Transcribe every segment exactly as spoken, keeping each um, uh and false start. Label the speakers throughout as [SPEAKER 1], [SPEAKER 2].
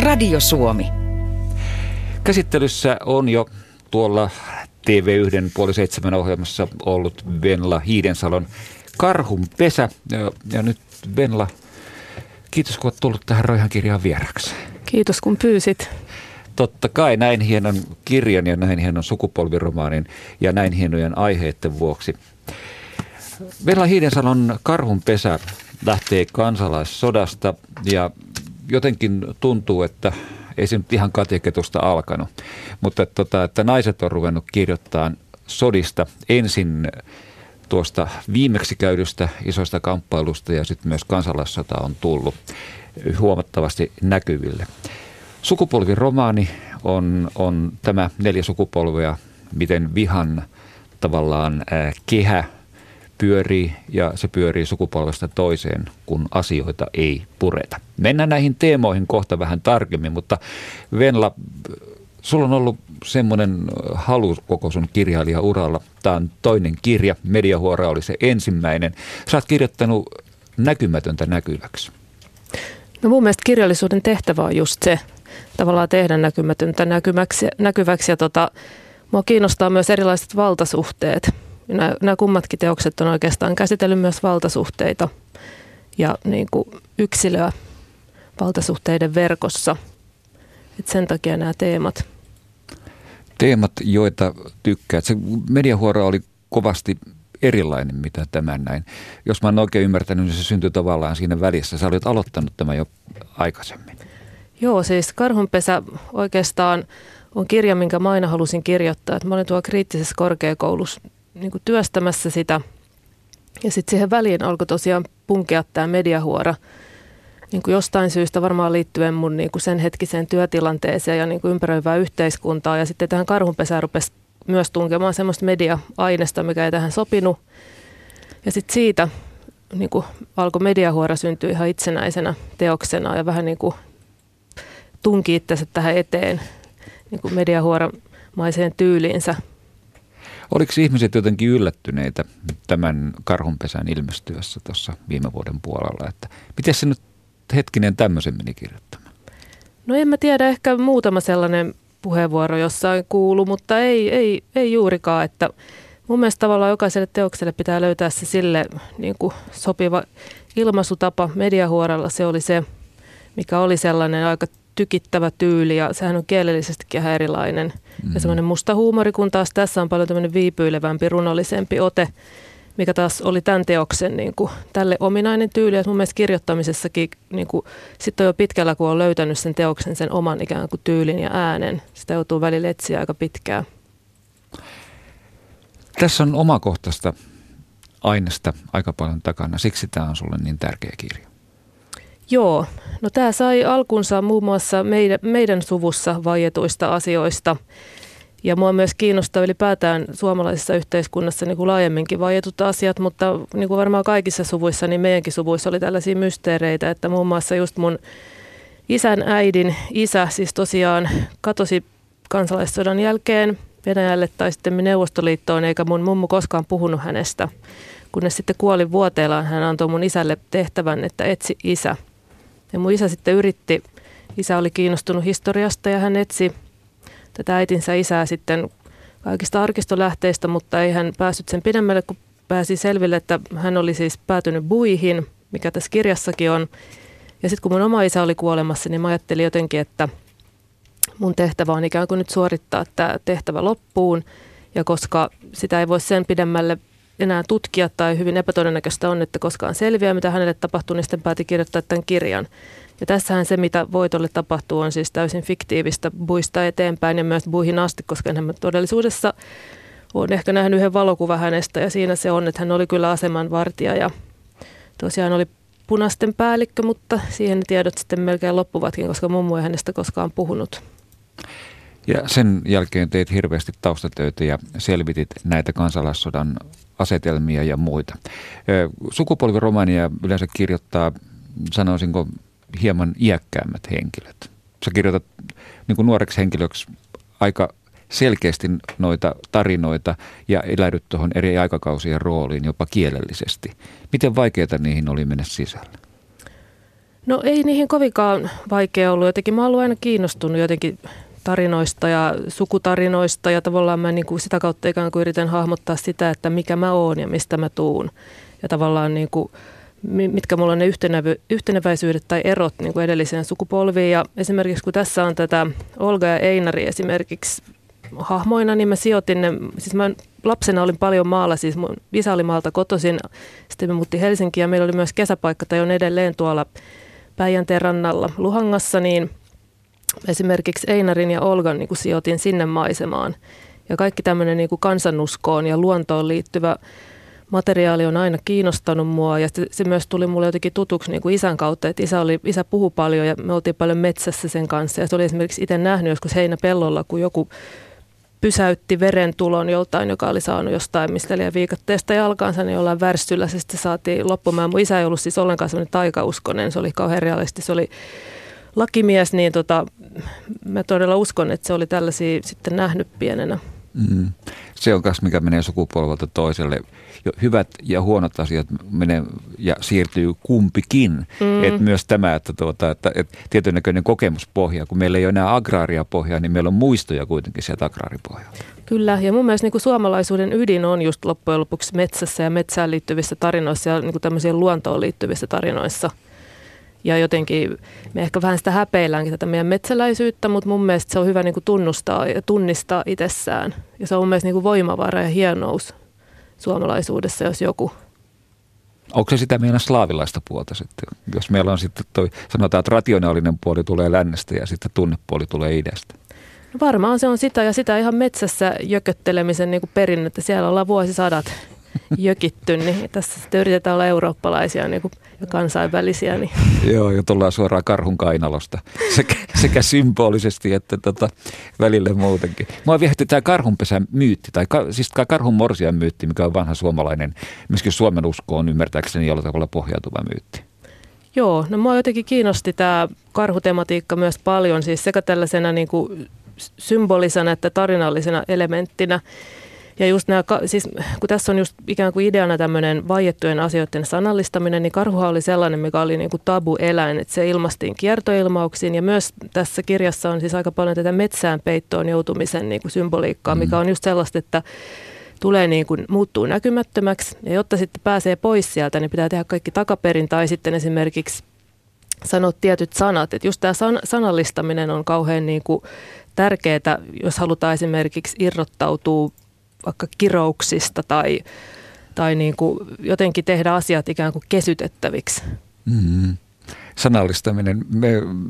[SPEAKER 1] Radio Suomi.
[SPEAKER 2] Käsittelyssä on jo tuolla T V yksi puoli seitsemän ohjelmassa ollut Venla Hiidensalon Karhunpesä. Ja, ja nyt Venla, kiitos kun olet tullut tähän Roihan kirjaan vieraksi.
[SPEAKER 3] Kiitos kun pyysit.
[SPEAKER 2] Totta kai näin hienon kirjan ja näin hienon sukupolviromaanin ja näin hienojen aiheiden vuoksi. Venla Hiidensalon Karhunpesä lähtee kansalaissodasta ja jotenkin tuntuu, että ei se nyt ihan kateketusta alkanut, mutta tota, että naiset on ruvennut kirjoittaa sodista ensin tuosta viimeksi käydystä isoista kamppailusta ja sitten myös kansalaissota on tullut huomattavasti näkyville. Sukupolviromaani on, on tämä neljä sukupolvea, miten vihan tavallaan ää, kehä pyörii ja se pyörii sukupolvesta toiseen, kun asioita ei pureta. Mennään näihin teemoihin kohta vähän tarkemmin, mutta Venla, sulla on ollut semmoinen halu koko sun kirjailijauralla. Tämä on toinen kirja, Mediahuora oli se ensimmäinen. Sä oot kirjoittanut näkymätöntä näkyväksi.
[SPEAKER 3] No mun mielestä kirjallisuuden tehtävä on just se, tavallaan tehdä näkymätöntä näkyväksi, näkyväksi ja tota, mua kiinnostaa myös erilaiset valtasuhteet. Nämä, nämä kummatkin teokset on oikeastaan käsitellyt myös valtasuhteita ja niin kuin yksilöä valtasuhteiden verkossa. Et sen takia nämä teemat.
[SPEAKER 2] Teemat, joita tykkäät. Se Mediahuora oli kovasti erilainen, mitä tämän näin. Jos mä oon oikein ymmärtänyt, niin se syntyi tavallaan siinä välissä. Sä olit aloittanut tämän jo aikaisemmin.
[SPEAKER 3] Joo, siis Karhunpesä oikeastaan on kirja, minkä mä aina halusin kirjoittaa. Et mä olin tuolla kriittisessä korkeakoulussa niin kuin työstämässä sitä. Ja sitten siihen väliin alkoi tosiaan punkea tämä Mediahuora. Niin kuin jostain syystä varmaan liittyen mun niin kuin sen hetkiseen työtilanteeseen ja niin kuin ympäröivää yhteiskuntaa. Ja sitten tähän Karhunpesään rupesi myös tunkemaan semmoista media-ainesta, mikä ei tähän sopinut. Ja sitten siitä niin kuin alkoi Mediahuora syntyä ihan itsenäisenä teoksena ja vähän niin kuin tunki itsensä tähän eteen niin kuin Mediahuoramaiseen tyyliinsä.
[SPEAKER 2] Oliko ihmiset jotenkin yllättyneitä tämän Karhunpesän ilmestyessä tuossa viime vuoden puolella, että miten se nyt hetkinen tämmöisen meni kirjoittamaan?
[SPEAKER 3] No en mä tiedä, ehkä muutama sellainen puheenvuoro jossain kuulu, mutta ei, ei, ei juurikaan. Että mun mielestä tavallaan jokaiselle teokselle pitää löytää se sille niin kuin sopiva ilmaisutapa. Mediahuoralla se oli se, mikä oli sellainen aika tykittävä tyyli ja sehän on kielellisestikin ihan erilainen. Mm. Ja semmoinen musta huumori, kun taas tässä on paljon tämmöinen viipyilevämpi, runollisempi ote, mikä taas oli tämän teoksen niin kuin, tälle ominainen tyyli. Ja mun mielestä kirjoittamisessakin niin kuin, sitten on jo pitkällä, kun on löytänyt sen teoksen, sen oman ikään kuin tyylin ja äänen. Sitä joutuu välillä etsiä aika pitkään.
[SPEAKER 2] Tässä on omakohtaista aineesta aika paljon takana. Siksi tämä on sulle niin tärkeä kirja.
[SPEAKER 3] Joo, no tämä sai alkunsa muun muassa meidän, meidän suvussa vaietuista asioista. Ja mua myös kiinnostaa ylipäätään suomalaisessa yhteiskunnassa niin kuin laajemminkin vaietut asiat, mutta niin kuin varmaan kaikissa suvuissa, niin meidänkin suvuissa oli tällaisia mysteereitä, että muun muassa just mun isän äidin isä siis tosiaan katosi kansalaissodan jälkeen Venäjälle tai sitten Neuvostoliittoon, eikä mun mummu koskaan puhunut hänestä. Kunnes sitten kuoli vuoteellaan, hän antoi mun isälle tehtävän, että etsi isä. Ja mun isä sitten yritti, isä oli kiinnostunut historiasta ja hän etsi tätä äitinsä isää sitten kaikista arkistolähteistä, mutta ei hän päässyt sen pidemmälle, kun pääsi selville, että hän oli siis päätynyt Buihin, mikä tässä kirjassakin on. Ja sitten kun mun oma isä oli kuolemassa, niin mä ajattelin jotenkin, että mun tehtävä on ikään kuin nyt suorittaa tämä tehtävä loppuun. Ja koska sitä ei voi sen pidemmälle enää tutkia tai hyvin epätodennäköistä on, että koskaan selviää, mitä hänelle tapahtuu, niin sitten päätin kirjoittaa tämän kirjan. Ja tässähän se, mitä voitolle tapahtuu, on siis täysin fiktiivistä Buista eteenpäin ja myös Buihin asti, koska hän todellisuudessa on ehkä nähnyt yhden valokuvan hänestä ja siinä se on, että hän oli kyllä asemanvartija ja tosiaan oli punaisten päällikkö, mutta siihen ne tiedot sitten melkein loppuvatkin, koska mummu ei hänestä koskaan puhunut.
[SPEAKER 2] Ja sen jälkeen teit hirveästi taustatöitä ja selvitit näitä kansalaissodan asetelmia ja muita. Sukupolviromaania yleensä kirjoittaa, sanoisinko, hieman iäkkäämmät henkilöt. Sä kirjoitat niin kuin nuoreksi henkilöksi aika selkeästi noita tarinoita ja eläydyt tuohon eri aikakausien rooliin jopa kielellisesti. Miten vaikeaa niihin oli mennä sisälle?
[SPEAKER 3] No ei niihin kovinkaan vaikea ollut. Jotenkin mä oon ollut aina kiinnostunut jotenkin tarinoista ja sukutarinoista ja tavallaan mä niin kuin sitä kautta ikään kuin yritän hahmottaa sitä, että mikä mä oon ja mistä mä tuun. Ja tavallaan niin kuin, mitkä mulla on ne yhtenävy, yhteneväisyydet tai erot niin kuin edelliseen sukupolviin. Ja esimerkiksi kun tässä on tätä Olga ja Einari esimerkiksi hahmoina, niin mä sijoitin ne, siis mä lapsena olin paljon maalla, siis mun isä oli maalta kotoisin, sitten me muutti Helsinkiin ja meillä oli myös kesäpaikka tai on edelleen tuolla Päijänteen rannalla Luhangassa, niin esimerkiksi Einarin ja Olgan niin kuin sijoitin sinne maisemaan. Ja kaikki tämmöinen niin kuin kansanuskoon ja luontoon liittyvä materiaali on aina kiinnostanut mua ja se, se myös tuli mulle jotenkin tutuksi niin kuin isän kautta, että isä, oli, isä puhui paljon ja me oltiin paljon metsässä sen kanssa ja se oli esimerkiksi itse nähnyt joskus heinäpellolla, kun joku pysäytti verentulon joltain, joka oli saanut jostain mistä liian viikatteesta jalkaansa, niin jollain värssyllä se sitten saatiin loppumaan. Mun isä ei ollut siis ollenkaan sellainen taikauskonen, se oli kauhean realisti, se oli lakimies, niin tota, mä todella uskon, että se oli tällaisia sitten nähnyt pienenä.
[SPEAKER 2] Mm. Se on myös, mikä menee sukupolvelta toiselle. Hyvät ja huonot asiat menee ja siirtyy kumpikin. Mm. Et myös tämä, että, tuota, että, että tietyn näköinen kokemuspohja, kun meillä ei ole enää agraariapohjaa, niin meillä on muistoja kuitenkin sieltä agraaripohjaa.
[SPEAKER 3] Kyllä, ja mun mielestä niin kuin suomalaisuuden ydin on just loppujen lopuksi metsässä ja metsään liittyvissä tarinoissa ja niin kuin tämmöisiin luontoon liittyvissä tarinoissa. Ja jotenkin me ehkä vähän sitä häpeilläänkin tätä meidän metsäläisyyttä, mutta mun mielestä se on hyvä niin kuin tunnustaa ja tunnistaa itsessään. Ja se on mun mielestä niin kuin voimavara ja hienous suomalaisuudessa, jos joku.
[SPEAKER 2] Onko se sitä meidän slaavilaista puolta sitten? Jos meillä on sitten toi, sanotaan, että rationaalinen puoli tulee lännestä ja sitten tunnepuoli tulee idästä.
[SPEAKER 3] No varmaan se on sitä ja sitä ihan metsässä jököttelemisen niin kuin perinnettä. Siellä ollaan vuosisadat jökitty, niin tässä sitten yritetään olla eurooppalaisia niin kuin, ja kansainvälisiä. Niin.
[SPEAKER 2] Joo, ja tullaan suoraan karhun kainalosta sekä, sekä symbolisesti että tota, välillä muutenkin. Mua viehätti tämä karhunpesän myytti, tai ka, siis karhun morsian myytti, mikä on vanha suomalainen, myöskin Suomen uskoon ymmärtääkseni jollain tavalla pohjautuva myytti.
[SPEAKER 3] Joo, no mua jotenkin kiinnosti tämä karhutematiikka myös paljon, siis sekä tällaisena niin kuin symbolisena että tarinallisena elementtinä. Ja just nämä, siis kun tässä on just ikään kuin ideana tämmöinen vaiettujen asioiden sanallistaminen, niin karhuhan oli sellainen, mikä oli niin kuin tabu-eläin, että se ilmastiin kiertoilmauksiin. Ja myös tässä kirjassa on siis aika paljon tätä metsään peittoon joutumisen niin kuin symboliikkaa, mikä on just sellaista, että tulee niin kuin, muuttuu näkymättömäksi. Ja jotta sitten pääsee pois sieltä, niin pitää tehdä kaikki takaperin tai sitten esimerkiksi sanoa tietyt sanat. Että just tämä san- sanallistaminen on kauhean niin kuin tärkeää, jos halutaan esimerkiksi irrottautua vaikka kirouksista tai, tai niin kuin jotenkin tehdä asiat ikään kuin kesytettäviksi.
[SPEAKER 2] Mm-hmm. Sanallistaminen. Me,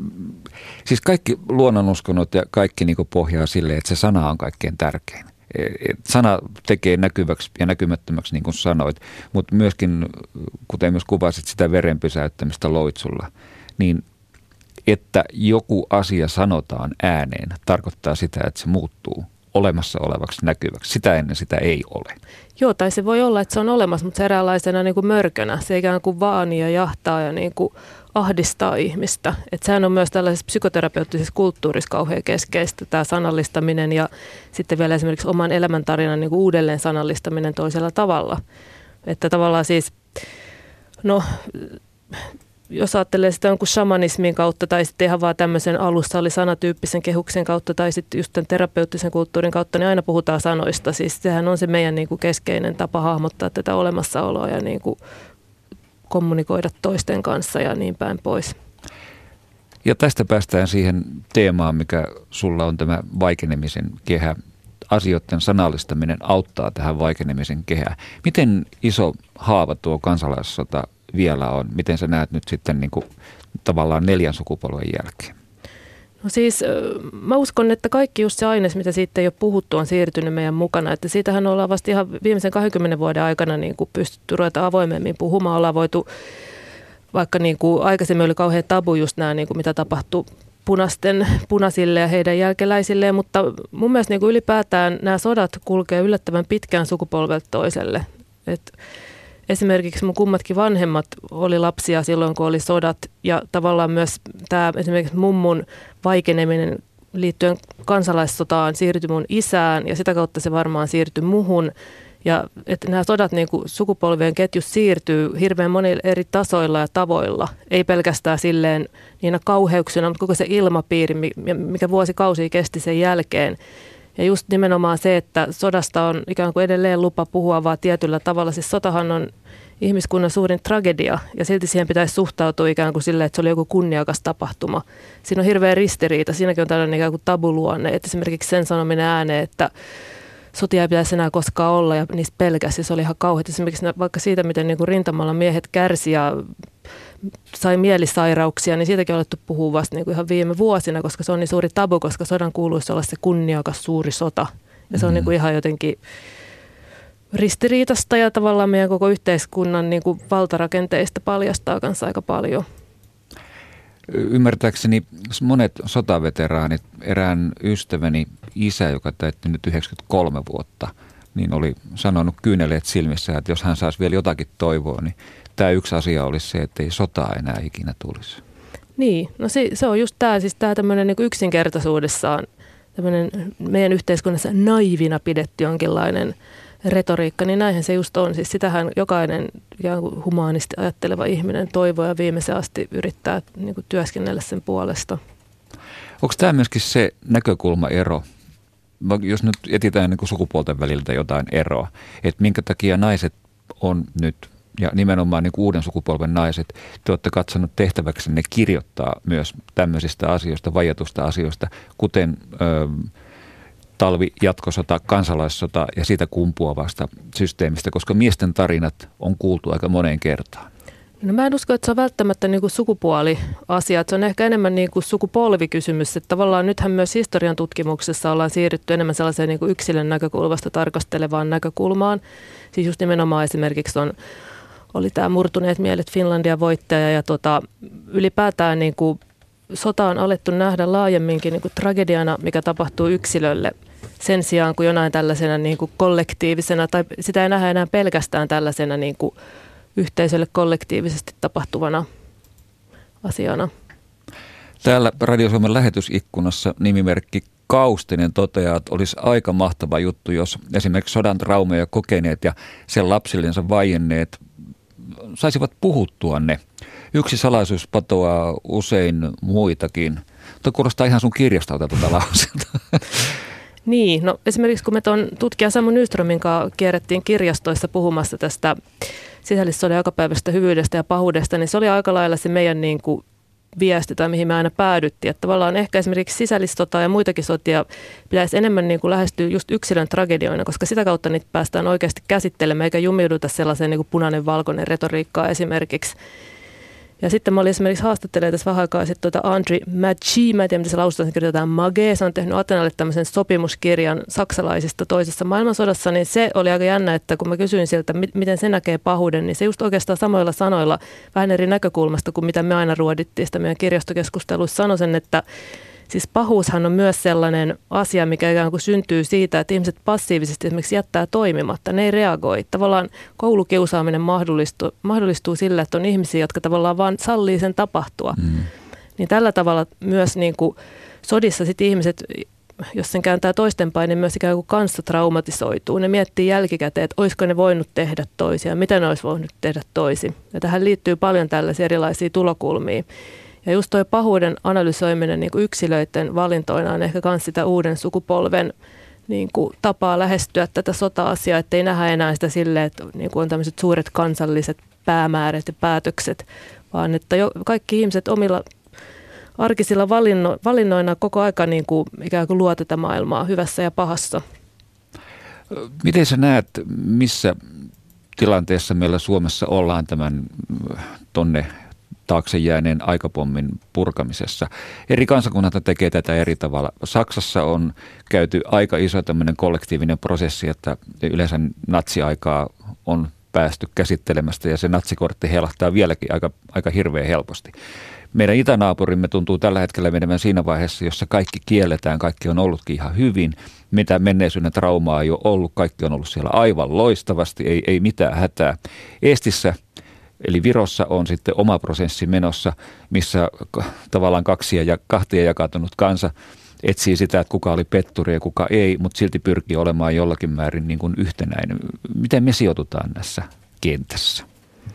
[SPEAKER 2] siis kaikki luonnonuskonnot ja kaikki niin kuin pohjaa sille, että se sana on kaikkein tärkein. Sana tekee näkyväksi ja näkymättömäksi, niin kuin sanoit, mutta myöskin, kuten myös kuvasit sitä veren pysäyttämistä loitsulla, niin että joku asia sanotaan ääneen, tarkoittaa sitä, että se muuttuu olemassa olevaksi näkyväksi. Sitä ennen sitä ei ole.
[SPEAKER 3] Joo, tai se voi olla, että se on olemassa, mutta se eräänlaisena niin kuin mörkönä. Se ikään kuin vaanii ja jahtaa ja niin kuin ahdistaa ihmistä. Että sehän on myös tällaisessa psykoterapeuttisessa kulttuurissa kauhean keskeistä, tämä sanallistaminen ja sitten vielä esimerkiksi oman elämäntarinan niin kuin uudelleen sanallistaminen toisella tavalla. Että tavallaan siis, no jos ajattelee sitä jonkun shamanismin kautta tai sitten ihan vaan tämmöisen alussa oli sanatyyppisen kehuksen kautta tai sitten just tämän terapeuttisen kulttuurin kautta, niin aina puhutaan sanoista. Siis sehän on se meidän niin kuin keskeinen tapa hahmottaa tätä olemassaoloa ja niin kuin kommunikoida toisten kanssa ja niin päin pois.
[SPEAKER 2] Ja tästä päästään siihen teemaan, mikä sulla on tämä vaikenemisen kehä. Asioiden sanallistaminen auttaa tähän vaikenemisen kehään. Miten iso haava tuo kansalaissota vielä on? Miten sä näet nyt sitten niin kuin tavallaan neljän sukupolven jälkeen?
[SPEAKER 3] No siis mä uskon, että kaikki just se aines, mitä siitä ei ole puhuttu, on siirtynyt meidän mukana. Että siitähän ollaan vasta ihan viimeisen kahdenkymmenen vuoden aikana niin kuin pystytty ruveta avoimemmin puhumaan. Ollaan voitu, vaikka niin kuin aikaisemmin oli kauhean tabu just nämä, niin kuin mitä tapahtui punaisten, punaisille ja heidän jälkeläisilleen, mutta mun mielestä niin kuin ylipäätään nämä sodat kulkee yllättävän pitkään sukupolvelta toiselle. Et esimerkiksi mun kummatkin vanhemmat oli lapsia silloin, kun oli sodat ja tavallaan myös tämä esimerkiksi mummun vaikeneminen liittyen kansalaissotaan siirtyi mun isään ja sitä kautta se varmaan siirtyi muhun Ja että nämä sodat niin kuin sukupolvien ketjussa siirtyy hirveän monilla eri tasoilla ja tavoilla. Ei pelkästään silleen niinä kauheuksina, mutta koko se ilmapiiri, mikä vuosikausia kesti sen jälkeen. Ja just nimenomaan se, että sodasta on ikään kuin edelleen lupa puhua vaan tietyllä tavalla. Siis sotahan on ihmiskunnan suurin tragedia ja silti siihen pitäisi suhtautua ikään kuin silleen, että se oli joku kunniakas tapahtuma. Siinä on hirveä ristiriita. Siinäkin on tällainen ikään kuin tabuluonne, että esimerkiksi sen sanominen ääneen, että sotia ei pitäisi enää koskaan olla ja niistä pelkäsi. Se oli ihan kauheaa. Esimerkiksi vaikka siitä, miten niin kuin rintamalla miehet kärsi ja sai mielisairauksia, niin siitäkin on alettu puhua vasta niin kuin ihan viime vuosina, koska se on niin suuri tabu, koska sodan kuuluisi olla se kunniakas suuri sota. Ja se on niin kuin ihan jotenkin ristiriitasta ja tavallaan meidän koko yhteiskunnan niin kuin valtarakenteista paljastaa kanssa aika paljon.
[SPEAKER 2] Ymmärtääkseni monet sotaveteraanit, erään ystäväni isä, joka täytti nyt yhdeksänkymmentäkolme vuotta, niin oli sanonut kyyneleet silmissä, että jos hän saisi vielä jotakin toivoa, niin tämä yksi asia olisi se, että ei sotaa enää ikinä tulisi.
[SPEAKER 3] Niin, no se, se on just tämä, siis tämä tämmöinen niin kuin yksinkertaisuudessaan, tämmöinen meidän yhteiskunnassa naivina pidetty jonkinlainen retoriikka, niin näinhän se just on. Siis sitähän jokainen humaanisti ajatteleva ihminen toivoo ja viimeisen asti yrittää niin kuin työskennellä sen puolesta.
[SPEAKER 2] Onko tämä myöskin se näkökulmaero, jos nyt etsitään niin kuin sukupuolten väliltä jotain eroa, että minkä takia naiset on nyt, ja nimenomaan niin kuin uuden sukupolven naiset, te olette katsonut tehtäväksenne kirjoittaa myös tämmöisistä asioista, vaiatusta asioista, kuten ö, talvi, jatkosota, kansalaissota ja siitä kumpuavasta systeemistä, koska miesten tarinat on kuultu aika moneen kertaan.
[SPEAKER 3] No mä en usko, että se on välttämättä niin kuin sukupuoliasia. Se on ehkä enemmän niin kuin sukupolvikysymys. Että tavallaan nythän myös historian tutkimuksessa ollaan siirrytty enemmän sellaiseen niin kuin yksilön näkökulmasta tarkastelevaan näkökulmaan. Siis just nimenomaan esimerkiksi on, oli tämä Murtuneet mielet Finlandia voittaja ja tota, ylipäätään niin kuin sota on alettu nähdä laajemminkin niin kuin tragediana, mikä tapahtuu yksilölle sen sijaan kuin jonain tällaisena niin kuin kollektiivisena, tai sitä ei nähdä enää pelkästään tällaisena niin kuin yhteisölle kollektiivisesti tapahtuvana asiana.
[SPEAKER 2] Täällä Radio Suomen lähetysikkunassa nimimerkki Kaustinen toteaa, että olisi aika mahtava juttu, jos esimerkiksi sodan traumeja kokeneet ja sen lapsillensa vaienneet saisivat puhuttua ne. Yksi salaisuus patoaa usein muitakin. Tuo kuulostaa ihan sun kirjastolta tuota lauselta.
[SPEAKER 3] Niin, no esimerkiksi kun me tuon tutkija Samu Nyströmin kanssa kierrettiin kirjastoissa puhumassa tästä sisällissodan jokapäiväisestä hyvyydestä ja pahuudesta, niin se oli aika lailla se meidän niin kuin viesti tai mihin me aina päädyttiin. Että tavallaan ehkä esimerkiksi sisällissota ja muitakin sotia pitäisi enemmän niin kuin lähestyä just yksilön tragedioina, koska sitä kautta niitä päästään oikeasti käsittelemään eikä jumiuduta sellaiseen niin kuin punainen-valkoinen retoriikkaan esimerkiksi. Ja sitten mä olin esimerkiksi haastattelemaan tässä vähän aikaa sitten tuota Andri Maggi, mä en tiedä miten se lausutaan, se kirjoitetaan Mage, se on tehnyt Atenalle tämmöisen sopimuskirjan saksalaisista toisessa maailmansodassa, niin se oli aika jännä, että kun mä kysyin siltä, miten se näkee pahuuden, niin se just oikeastaan samoilla sanoilla vähän eri näkökulmasta kuin mitä me aina ruodittiin sitä meidän kirjastokeskusteluissa, sanoi sen, että siis pahuushan on myös sellainen asia, mikä ikään kuin syntyy siitä, että ihmiset passiivisesti esimerkiksi jättää toimimatta, ne ei reagoi. Tavallaan koulukiusaaminen mahdollistuu, mahdollistuu sillä, että on ihmisiä, jotka tavallaan vaan sallii sen tapahtua. Mm. Niin tällä tavalla myös niin kuin sodissa sit ihmiset, jos sen kääntää toistenpäin, niin myös ikään kuin kanssa traumatisoituu. Ne miettii jälkikäteen, että olisiko ne voinut tehdä toisia, mitä ne olisi voinut tehdä toisin. Ja tähän liittyy paljon tällaisia erilaisia tulokulmia. Ja just tuo pahuuden analysoiminen niin kuin yksilöiden valintoina on ehkä myös sitä uuden sukupolven niin kuin tapaa lähestyä tätä sota-asiaa, ettei nähdä enää sitä silleen, että niin kuin on tämmöiset suuret kansalliset päämäärät ja päätökset, vaan että jo kaikki ihmiset omilla arkisilla valinno, valinnoina koko aika niin kuin ikään kuin luo tätä maailmaa hyvässä ja pahassa.
[SPEAKER 2] Miten sä näet, missä tilanteessa meillä Suomessa ollaan tämän tonne taakse jääneen aikapommin purkamisessa? Eri kansakunnat tekee tätä eri tavalla. Saksassa on käyty aika iso tämmöinen kollektiivinen prosessi, että yleensä natsiaikaa on päästy käsittelemästä ja se natsikortti helahtaa vieläkin aika, aika hirveän helposti. Meidän itänaapurimme tuntuu tällä hetkellä menevän siinä vaiheessa, jossa kaikki kielletään, kaikki on ollutkin ihan hyvin. Mitä menneisyyden traumaa ei ole ollut, kaikki on ollut siellä aivan loistavasti, ei, ei mitään hätää. Eestissä eli Virossa on sitten oma prosessi menossa, missä tavallaan kaksia ja kahtia jakautunut kansa etsii sitä, että kuka oli petturi ja kuka ei, mutta silti pyrkii olemaan jollakin määrin niin kuin yhtenäinen. Miten me sijoitutaan tässä kentässä?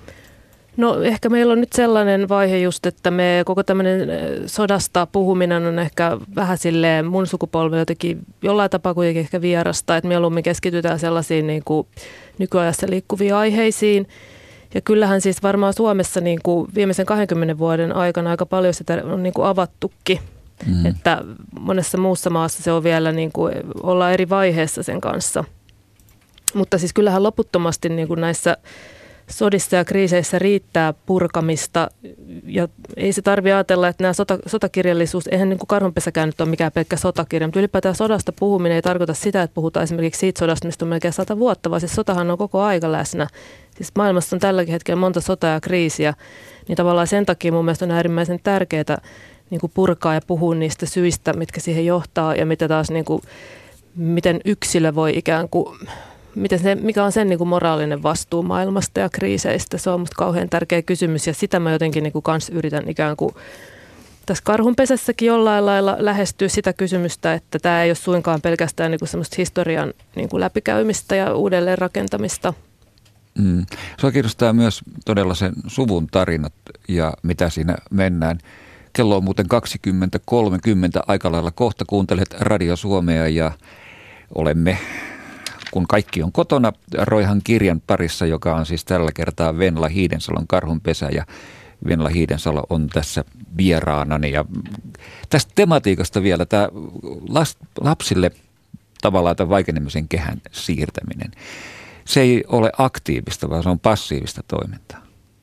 [SPEAKER 3] No ehkä meillä on nyt sellainen vaihe just, että me koko tämmöinen sodasta puhuminen on ehkä vähän silleen mun sukupolvelle jotenkin jollain tapaa kuitenkin ehkä vierasta, että mieluummin keskitytään sellaisiin niin kuin nykyajassa liikkuviin aiheisiin. Ja kyllähän siis varmaan Suomessa niin kuin viimeisen kahdenkymmenen vuoden aikana aika paljon sitä on niin kuin avattukin, mm. että monessa muussa maassa se on vielä niin kuin, ollaan eri vaiheessa sen kanssa. Mutta siis kyllähän loputtomasti niin kuin näissä sodissa ja kriiseissä riittää purkamista ja ei se tarvitse ajatella, että nämä sota, sotakirjallisuus, eihän niin kuin Karhunpesäkään nyt ole mikään pelkkä sotakirja, mutta ylipäätään sodasta puhuminen ei tarkoita sitä, että puhutaan esimerkiksi siitä sodasta, mistä on melkein sata vuotta, vaan siis sotahan on koko aika läsnä. Siis maailmassa on tälläkin hetkellä monta sotaa ja kriisiä, niin tavallaan sen takia mun mielestä on äärimmäisen tärkeää niin kuin purkaa ja puhua niistä syistä, mitkä siihen johtaa ja mitä taas, niin kuin, miten yksilö voi ikään kuin Miten se, mikä on sen niin kuin moraalinen vastuu maailmasta ja kriiseistä? Se on musta kauhean tärkeä kysymys ja sitä mä jotenkin niin kuin kans yritän ikään kuin tässä Karhunpesässäkin jollain lailla lähestyä sitä kysymystä, että tämä ei ole suinkaan pelkästään niin kuin semmoista historian niin kuin läpikäymistä ja uudelleen rakentamista.
[SPEAKER 2] Mm. Sua kiinnostaa myös todella sen suvun tarinat ja mitä siinä mennään. Kello on muuten kaksikymmentä kolmekymmentä aika lailla kohta. Kuuntelet Radio Suomea ja olemme, kun kaikki on kotona, Roihan kirjan parissa, joka on siis tällä kertaa Venla Hiidensalon Karhunpesä ja Venla Hiidensalo on tässä vieraanani. Ja tästä tematiikasta vielä tämä lapsille tavallaan tämän vaikenemisen kehän siirtäminen. Se ei ole aktiivista, vaan se on passiivista toimintaa.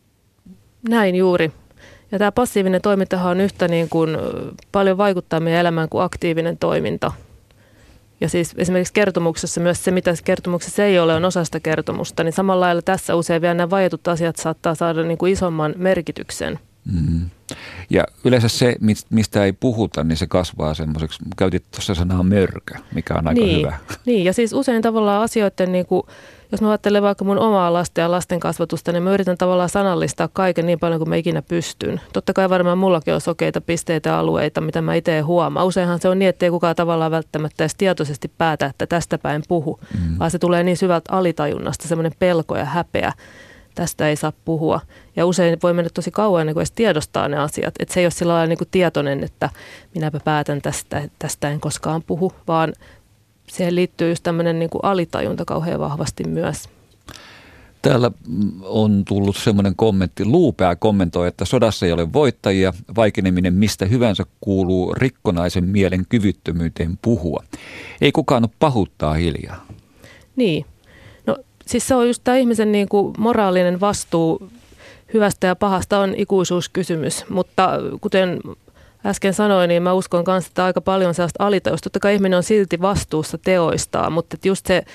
[SPEAKER 3] Näin juuri. Ja tämä passiivinen toimintahan on yhtä niin kuin paljon vaikuttaa meidän elämään kuin aktiivinen toiminta. Ja siis esimerkiksi kertomuksessa myös se, mitä kertomuksessa ei ole, on osa sitä kertomusta. Niin samalla lailla tässä usein vielä nämä vaietut asiat saattaa saada niin kuin isomman merkityksen.
[SPEAKER 2] Mm-hmm. Ja yleensä se, mistä ei puhuta, niin se kasvaa semmoiseksi, käytit tuossa sanaa mörkö, mikä on aika
[SPEAKER 3] niin,
[SPEAKER 2] hyvä.
[SPEAKER 3] Niin, ja siis usein tavallaan asioiden, niin kuin, jos mä ajattelen vaikka mun omaa lasten ja lasten kasvatusta, niin mä yritän tavallaan sanallistaa kaiken niin paljon kuin mä ikinä pystyn. Totta kai varmaan mullakin on sokeita pisteitä ja alueita, mitä mä itse huomaan. Useinhan se on niin, ettei kukaan tavallaan välttämättä edes tietoisesti päätä, että tästä päin puhu, mm. vaan se tulee niin syvältä alitajunnasta, semmoinen pelko ja häpeä. Tästä ei saa puhua. Ja usein voi mennä tosi kauan ennen kuin edes tiedostaa ne asiat. Että se ei ole sillä lailla niin kuin tietoinen, että minäpä päätän tästä, tästä en koskaan puhu, vaan siihen liittyy just tämmöinen niin kuin alitajunta kauhean vahvasti myös.
[SPEAKER 2] Täällä on tullut semmoinen kommentti. Luupää kommentoi, että sodassa ei ole voittajia. Vaikeneminen mistä hyvänsä kuuluu rikkonaisen mielen kyvyttömyyteen puhua. Ei kukaan ole pahuuttaa hiljaa.
[SPEAKER 3] Niin. Siis se on just tämä ihmisen niin kuin moraalinen vastuu hyvästä ja pahasta on ikuisuuskysymys, mutta kuten äsken sanoin, niin mä uskon kanssa, että aika paljon sellaista alitajusta. Totta kai ihminen on silti vastuussa teoistaan, mutta just se,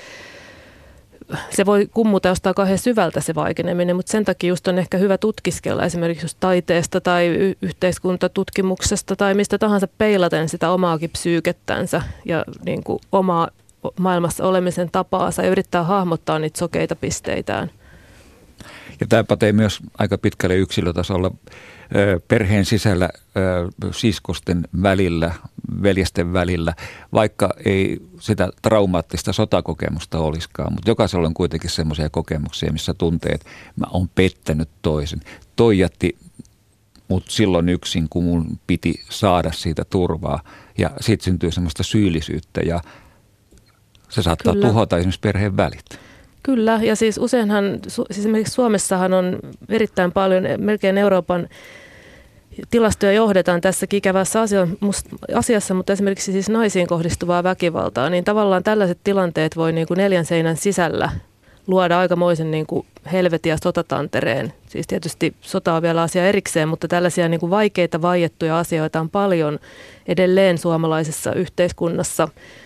[SPEAKER 3] se voi kummuta jostain kauhean syvältä se vaikeneminen, mutta sen takia just on ehkä hyvä tutkiskella esimerkiksi just taiteesta tai y- yhteiskuntatutkimuksesta tai mistä tahansa peilaten sitä omaakin psyykettänsä ja niin kuin omaa maailmassa olemisen tapaansa ja yrittää hahmottaa niitä sokeita pisteitään.
[SPEAKER 2] Ja tämä pätee myös aika pitkälle yksilötasolla perheen sisällä, siskosten välillä, veljesten välillä, vaikka ei sitä traumaattista sotakokemusta olisikaan. Mutta jokaisella on kuitenkin semmoisia kokemuksia, missä tuntee, että mä oon pettänyt toisen. Toi jätti mut silloin yksin, kun mun piti saada siitä turvaa. Ja siitä syntyy semmoista syyllisyyttä ja se saattaa Kyllä. tuhota esimerkiksi perheen välit. Kyllä, ja siis useinhan, siis esimerkiksi Suomessahan on erittäin paljon, melkein Euroopan tilastoja johdetaan tässä ikävässä asiassa, mutta esimerkiksi siis naisiin kohdistuvaa väkivaltaa, niin tavallaan tällaiset tilanteet voi niin kuin neljän seinän sisällä luoda aikamoisen niin kuin helvetin ja sotatantereen. Siis tietysti sota on vielä asia erikseen, mutta tällaisia niin kuin vaikeita, vaiettuja asioita on paljon edelleen suomalaisessa yhteiskunnassa.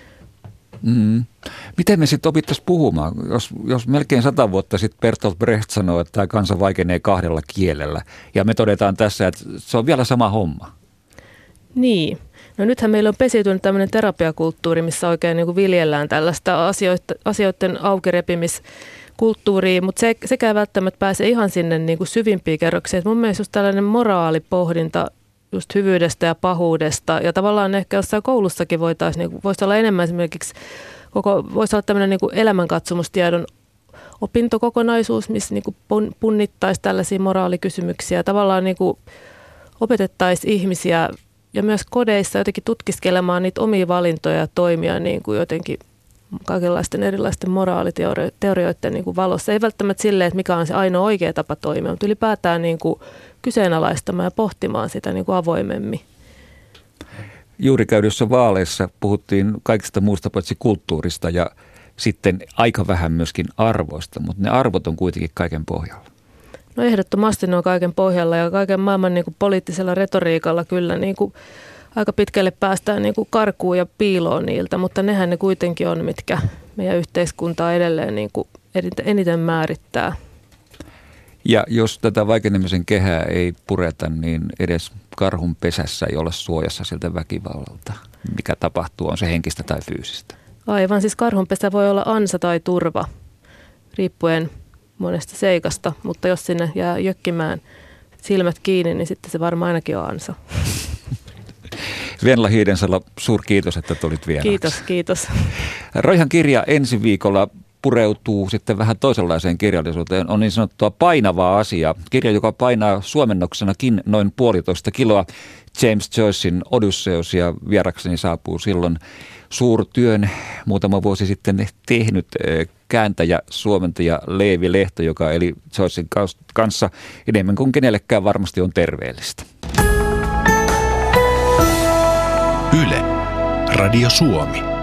[SPEAKER 2] Mm. Miten me sitten opittaisiin puhumaan, jos, jos melkein sata vuotta sitten Bertolt Brecht sanoi, että tämä kansa vaikenee kahdella kielellä ja me todetaan tässä, että se on vielä sama homma. Niin. No nythän meillä on pesiytynyt tämmöinen terapiakulttuuri, missä oikein niin kuin viljellään tällaista asioita, asioiden aukirepimiskulttuuria, mutta se, sekään välttämättä pääse ihan sinne niin kuin syvimpiin kerroksiin. Et mun mielestä just tällainen moraalipohdinta
[SPEAKER 3] just hyvyydestä ja pahuudesta. Ja tavallaan ehkä jossain koulussakin voitaisiin, niin voisi olla enemmän esimerkiksi, koko, voisi olla tämmöinen niin kuin elämänkatsomustiedon opintokokonaisuus, missä niin kuin punnittaisi tällaisia moraalikysymyksiä. Tavallaan niin kuin opetettaisiin ihmisiä ja myös kodeissa jotenkin tutkiskelemaan niitä omia valintoja ja toimia niin kuin jotenkin kaikenlaisten erilaisten moraaliteorioiden niin kuin valossa. Ei välttämättä silleen, että mikä on se ainoa oikea tapa toimia, mutta ylipäätään niin kuin kyseenalaistamaan ja pohtimaan sitä niin kuin avoimemmin.
[SPEAKER 2] Juuri käydyssä vaaleissa puhuttiin kaikista muusta paitsi kulttuurista ja sitten aika vähän myöskin arvoista, mutta ne arvot on kuitenkin kaiken pohjalla.
[SPEAKER 3] No ehdottomasti ne on kaiken pohjalla ja kaiken maailman niin kuin poliittisella retoriikalla kyllä niin kuin aika pitkälle päästään niin kuin karkuun ja piiloon niiltä, mutta nehän ne kuitenkin on, mitkä meidän yhteiskuntaa edelleen niin kuin eniten määrittää.
[SPEAKER 2] Ja jos tätä vaikenemisen kehää ei pureta, niin edes karhun pesässä ei olla suojassa siltä väkivallalta. Mikä tapahtuu, on se henkistä tai fyysistä.
[SPEAKER 3] Aivan, siis karhunpesä voi olla ansa tai turva, riippuen monesta seikasta, mutta jos sinne jää jökkimään silmät kiinni, niin sitten se varmaan ainakin on ansa.
[SPEAKER 2] Venla Hiidensalo, suurkiitos, että tulit vieraaksi.
[SPEAKER 3] Kiitos, kiitos.
[SPEAKER 2] Roihan kirja ensi viikolla pureutuu sitten vähän toisenlaiseen kirjallisuuteen. On niin sanottua painavaa asiaa. Kirja, joka painaa suomennoksenakin noin puolitoista kiloa. James Joycein Odysseus, ja vierakseni saapuu silloin suurtyön muutama vuosi sitten tehnyt kääntäjä, suomentaja Leevi Lehto, joka eli Joycein kanssa enemmän kuin kenellekään varmasti on terveellistä.
[SPEAKER 1] Yle, Radio Suomi.